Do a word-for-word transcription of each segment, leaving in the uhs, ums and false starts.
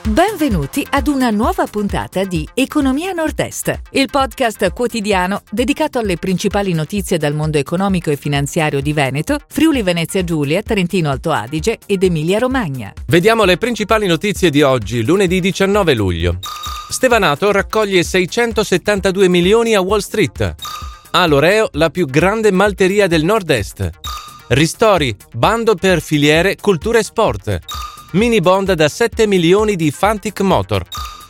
Benvenuti ad una nuova puntata di Economia Nord-Est, il podcast quotidiano dedicato alle principali notizie dal mondo economico e finanziario di Veneto, Friuli Venezia Giulia, Trentino Alto Adige ed Emilia Romagna. Vediamo le principali notizie di oggi, lunedì diciannove luglio. Stevanato raccoglie seicentosettantadue milioni a Wall Street. A Loreo, la più grande malteria del Nord-Est. Ristori, bando per filiere, cultura e sport. Mini bond da sette milioni di Fantic Motor.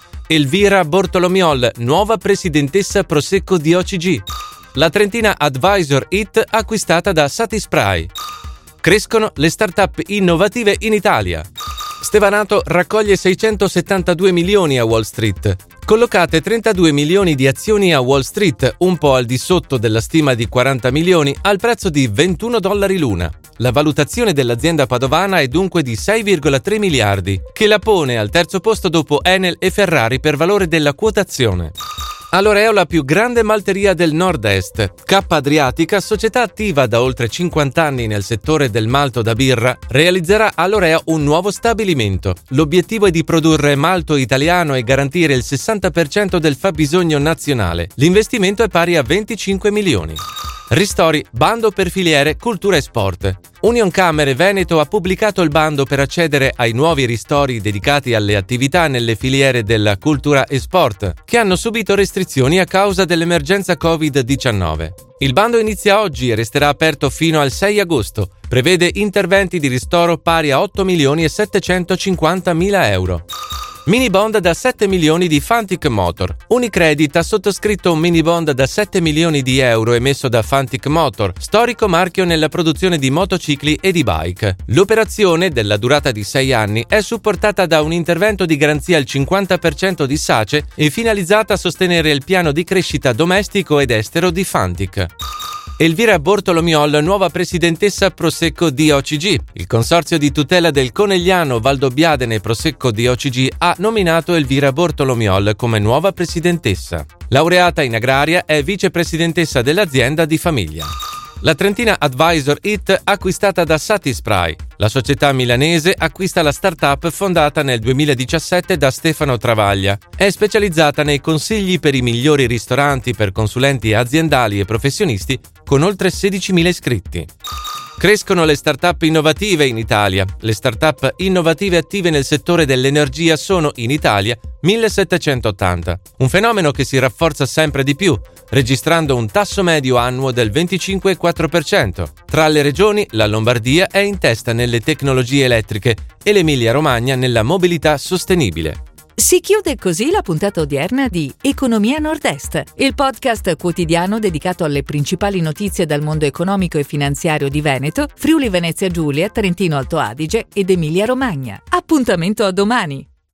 Elvira Bortolomiol, nuova presidentessa Prosecco di O C G. La Trentina Advisor I T acquistata da Satispray. Crescono le start-up innovative in Italia. Stevanato raccoglie seicentosettantadue milioni a Wall Street. Collocate trentadue milioni di azioni a Wall Street, un po' al di sotto della stima di quaranta milioni, al prezzo di ventuno dollari l'una. La valutazione dell'azienda padovana è dunque di sei virgola tre miliardi, che la pone al terzo posto dopo Enel e Ferrari per valore della quotazione. A Loreo, la più grande malteria del Nord-Est. K Adriatica, società attiva da oltre cinquanta anni nel settore del malto da birra, realizzerà a Loreo un nuovo stabilimento. L'obiettivo è di produrre malto italiano e garantire il sessanta per cento del fabbisogno nazionale. L'investimento è pari a venticinque milioni. Ristori, bando per filiere, cultura e sport. Unioncamere Veneto ha pubblicato il bando per accedere ai nuovi ristori dedicati alle attività nelle filiere della cultura e sport, che hanno subito restrizioni a causa dell'emergenza covid diciannove. Il bando inizia oggi e resterà aperto fino al sei agosto. Prevede interventi di ristoro pari a otto milioni e settecentocinquanta mila euro. Mini bond da sette milioni di Fantic Motor. Unicredit ha sottoscritto un mini bond da sette milioni di euro emesso da Fantic Motor, storico marchio nella produzione di motocicli e di bike. L'operazione, della durata di sei anni, è supportata da un intervento di garanzia al cinquanta per cento di SACE e finalizzata a sostenere il piano di crescita domestico ed estero di Fantic. Elvira Bortolomiol, nuova presidentessa Prosecco di O C G. Il consorzio di tutela del Conegliano Valdobbiadene Prosecco di O C G ha nominato Elvira Bortolomiol come nuova presidentessa. Laureata in agraria, è vicepresidentessa dell'azienda di famiglia. La Trentina Advisor I T acquistata da Satispray. La società milanese acquista la start-up fondata nel duemiladiciassette da Stefano Travaglia. È specializzata nei consigli per i migliori ristoranti per consulenti aziendali e professionisti con oltre sedicimila iscritti. Crescono le start-up innovative in Italia. Le start-up innovative attive nel settore dell'energia sono in Italia millesettecentottanta, un fenomeno che si rafforza sempre di più, registrando un tasso medio annuo del venticinque virgola quattro per cento. Tra le regioni, la Lombardia è in testa nelle tecnologie elettriche e l'Emilia Romagna nella mobilità sostenibile. Si chiude così la puntata odierna di Economia Nord-Est, il podcast quotidiano dedicato alle principali notizie dal mondo economico e finanziario di Veneto, Friuli Venezia Giulia, Trentino Alto Adige ed Emilia Romagna. Appuntamento a domani!